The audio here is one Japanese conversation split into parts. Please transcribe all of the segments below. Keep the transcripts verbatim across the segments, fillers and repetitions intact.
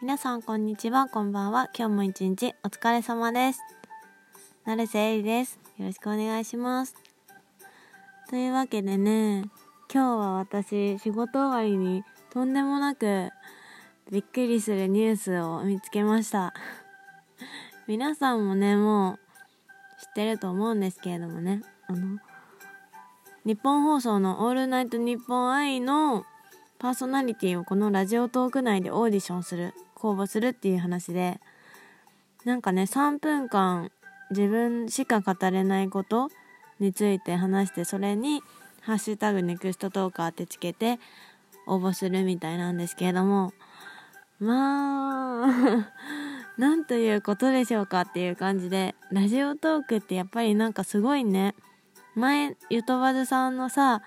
皆さんこんにちは、こんばんは。今日も一日お疲れ様です。成瀬えりです。よろしくお願いします。というわけでね、今日は私仕事終わりにとんでもなくびっくりするニュースを見つけました。皆さんもね、もう知ってると思うんですけれどもね、あの日本放送のオールナイトニッポン愛のパーソナリティをこのラジオトーク内でオーディションする、公募するっていう話で、なんかねさんぷんかん自分しか語れないことについて話して、それにハッシュタグネクストトーカーってつけて応募するみたいなんですけれども、まあなんということでしょうかっていう感じで、ラジオトークってやっぱりなんかすごいね。前ゆとばずさんのさ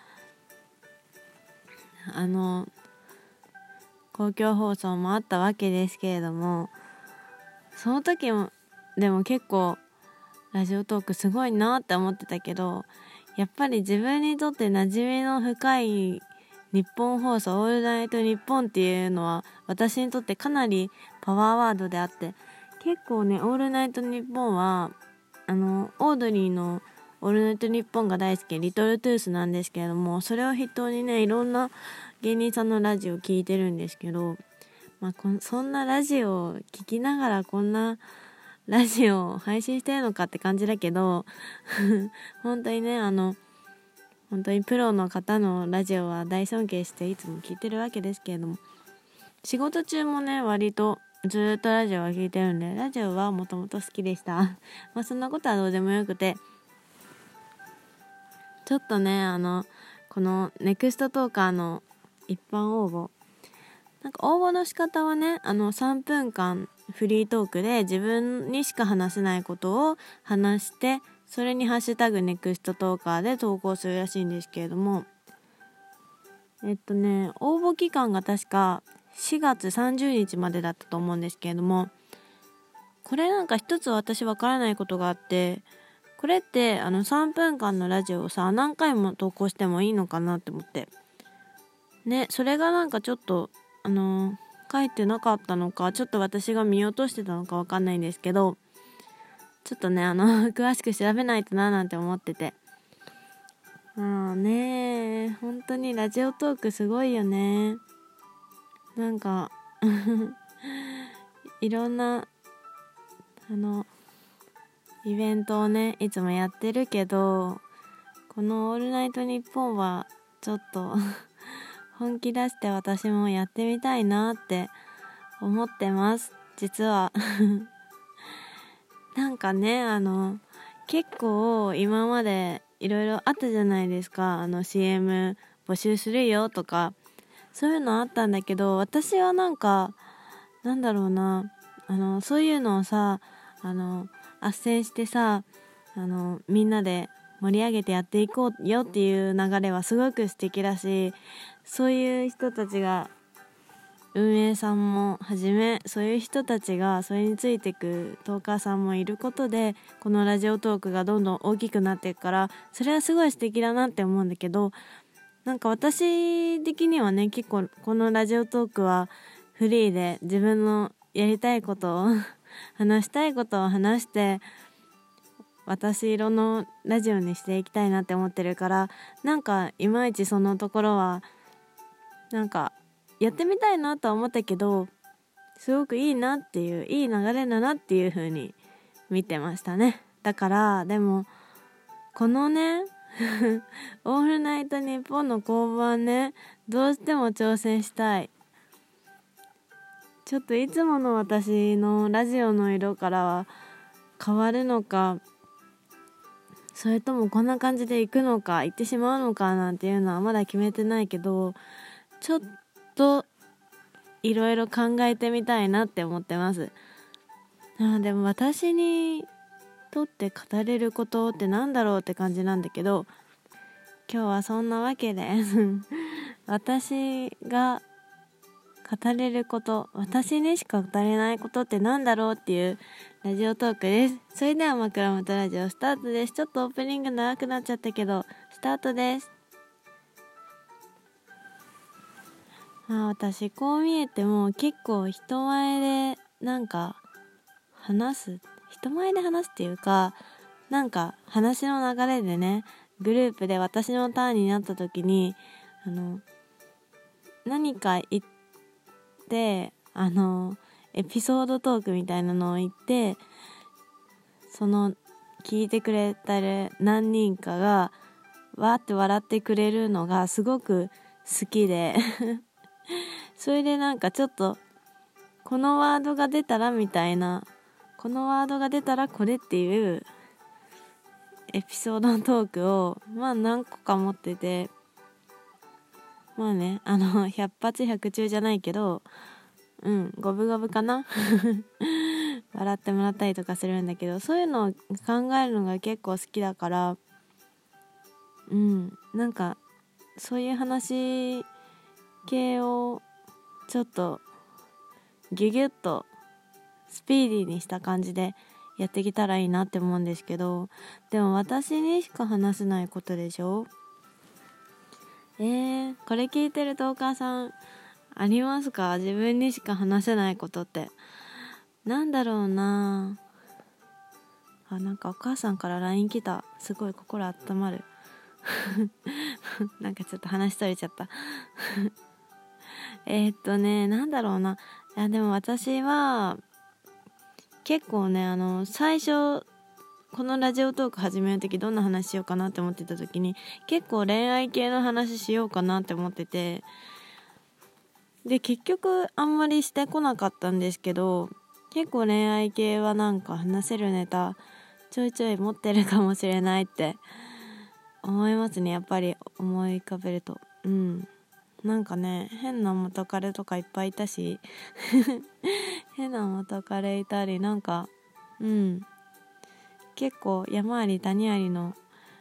あの公共放送もあったわけですけれども、その時もでも結構ラジオトークすごいなって思ってたけど、やっぱり自分にとって馴染みの深い日本放送オールナイトニッポンっていうのは私にとってかなりパワーワードであって、結構ねオールナイトニッポンはあのオードリーのオールナイトニッポンが大好きリトルトゥースなんですけれども、それを筆頭にねいろんな芸人さんのラジオ聞いてるんですけど、まあ、こんそんなラジオを聞きながらこんなラジオを配信してるのかって感じだけど本当にねあの本当にプロの方のラジオは大尊敬していつも聞いてるわけですけれども、仕事中もね割とずっとラジオは聞いてるんで、ラジオはもともと好きでしたまあそんなことはどうでもよくて、ちょっとねあのこのネクストトーカーの一般応募、なんか応募の仕方はね、あのさんぷんかんフリートークで自分にしか話せないことを話して、それにハッシュタグネクストトーカーで投稿するらしいんですけれども、えっとね応募期間が確かしがつさんじゅうにちまでだったと思うんですけれども、これなんか一つ私わからないことがあって、これってあのさんぷんかんのラジオをさ何回も投稿してもいいのかなって思ってね、それがなんかちょっとあのー、書いてなかったのか、ちょっと私が見落としてたのかわかんないんですけど、ちょっとねあの詳しく調べないとななんて思ってて、まあね本当にラジオトークすごいよね。なんかいろんなあのイベントをねいつもやってるけど、このオールナイトニッポンはちょっと本気出して私もやってみたいなって思ってます実はなんかねあの結構今までいろいろあったじゃないですか、あの シーエム 募集するよとかそういうのあったんだけど、私はなんかなんだろうな、あのそういうのをさあの斡旋してさあのみんなで盛り上げてやっていこうよっていう流れはすごく素敵だし、そういう人たちが運営さんもはじめそういう人たちがそれについていくトーカーさんもいることで、このラジオトークがどんどん大きくなっていくから、それはすごい素敵だなって思うんだけど、なんか私的にはね結構このラジオトークはフリーで自分のやりたいことを話したいことを話して私色のラジオにしていきたいなって思ってるから、なんかいまいちそのところはなんかやってみたいなとは思ったけど、すごくいいなっていういい流れだなっていう風に見てましたね。だからでもこのねオールナイトニッポンの公募はねどうしても挑戦したい。ちょっといつもの私のラジオの色からは変わるのか、それともこんな感じで行くのか行ってしまうのかなんていうのはまだ決めてないけど、ちょっといろいろ考えてみたいなって思ってます。あでも私にとって語れることってなんだろうって感じなんだけど、今日はそんなわけで私が語れること、私にしか語れないことってなんだろうっていうラジオトークです。それでは枕元ラジオスタートです。ちょっとオープニング長くなっちゃったけどスタートです。 まあ私こう見えても結構人前でなんか話す人前で話すっていうか、なんか話の流れでね、グループで私のターンになった時にあの何か言ってあのエピソードトークみたいなのを言って、その聞いてくれた何人かがわーって笑ってくれるのがすごく好きでそれでなんかちょっとこのワードが出たらみたいな、このワードが出たらこれっていうエピソードトークをまあ何個か持ってて、まあね、あの百発百中じゃないけど、うん五分五分かな笑ってもらったりとかするんだけど、そういうのを考えるのが結構好きだから、うんなんかそういう話系をちょっとギュギュッとスピーディーにした感じでやってきたらいいなって思うんですけど、でも私にしか話せないことでしょ。えー、これ聞いてるトーカーさんありますか？自分にしか話せないことって。なんだろうなあ。なんかお母さんから ライン 来た。すごい心温まるなんかちょっと話しとれちゃったえーっとねなんだろうな。いやでも私は結構ね、あの最初このラジオトーク始める時どんな話しようかなって思ってた時に結構恋愛系の話しようかなって思ってて、で結局あんまりしてこなかったんですけど、結構恋愛系はなんか話せるネタちょいちょい持ってるかもしれないって思いますね。やっぱり思い浮かべると、うんなんかね、変な元彼とかいっぱいいたし変な元彼いたり、なんかうん結構山あり谷ありの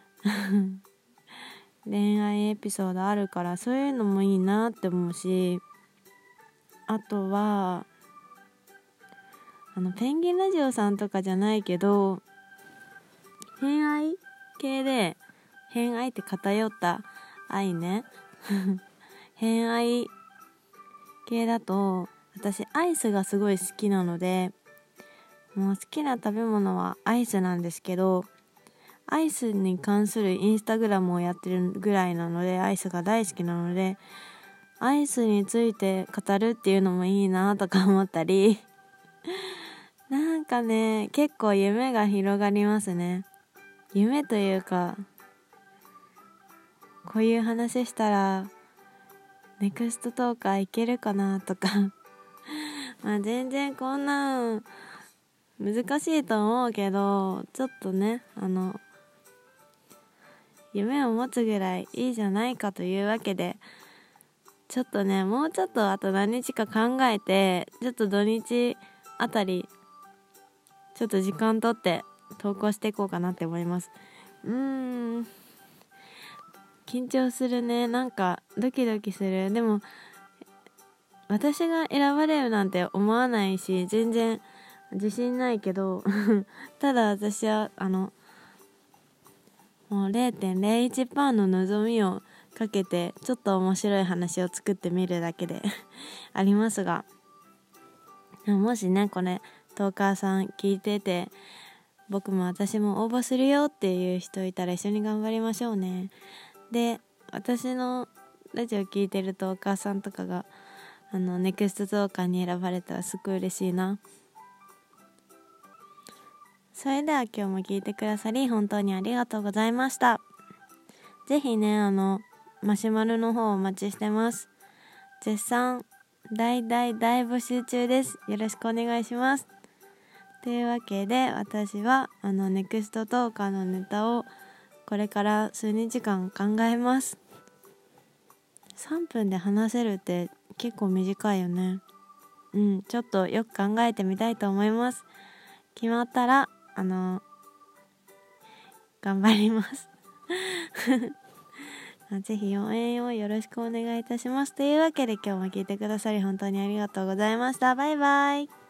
恋愛エピソードあるから、そういうのもいいなって思うし、あとはあのペンギンラジオさんとかじゃないけど偏愛系で、偏愛って偏った愛ね偏愛系だと私アイスがすごい好きなので、もう好きな食べ物はアイスなんですけど、アイスに関するインスタグラムをやってるぐらいなので、アイスが大好きなのでアイスについて語るっていうのもいいなとか思ったりなんかね結構夢が広がりますね。夢というか、こういう話したらネクストトーカーいけるかなとかまあ全然こんなん難しいと思うけど、ちょっとねあの夢を持つぐらいいいじゃないかというわけで、ちょっとねもうちょっとあと何日か考えて、ちょっと土日あたりちょっと時間取って投稿していこうかなって思います。うーん緊張するね。なんかドキドキする。でも私が選ばれるなんて思わないし全然自信ないけどただ私はあのもう れいてんれいいちパーセント の望みをかけてちょっと面白い話を作ってみるだけでありますが、もしねこれトーカーさん聞いてて、僕も私も応募するよっていう人いたら一緒に頑張りましょうね。で私のラジオ聞いてるトーカーさんとかがあのネクストトーカーに選ばれたらすごい嬉しいな。それでは今日も聞いてくださり本当にありがとうございました。ぜひねあのマシュマロの方お待ちしてます。絶賛大大大募集中です。よろしくお願いします。というわけで私はあのネクストトーカーのネタをこれから数日間考えます。さんぷんで話せるって結構短いよね。うんちょっとよく考えてみたいと思います。決まったらあの頑張りますぜひ応援をよろしくお願いいたします。というわけで今日も聞いてくださり本当にありがとうございました。バイバイ。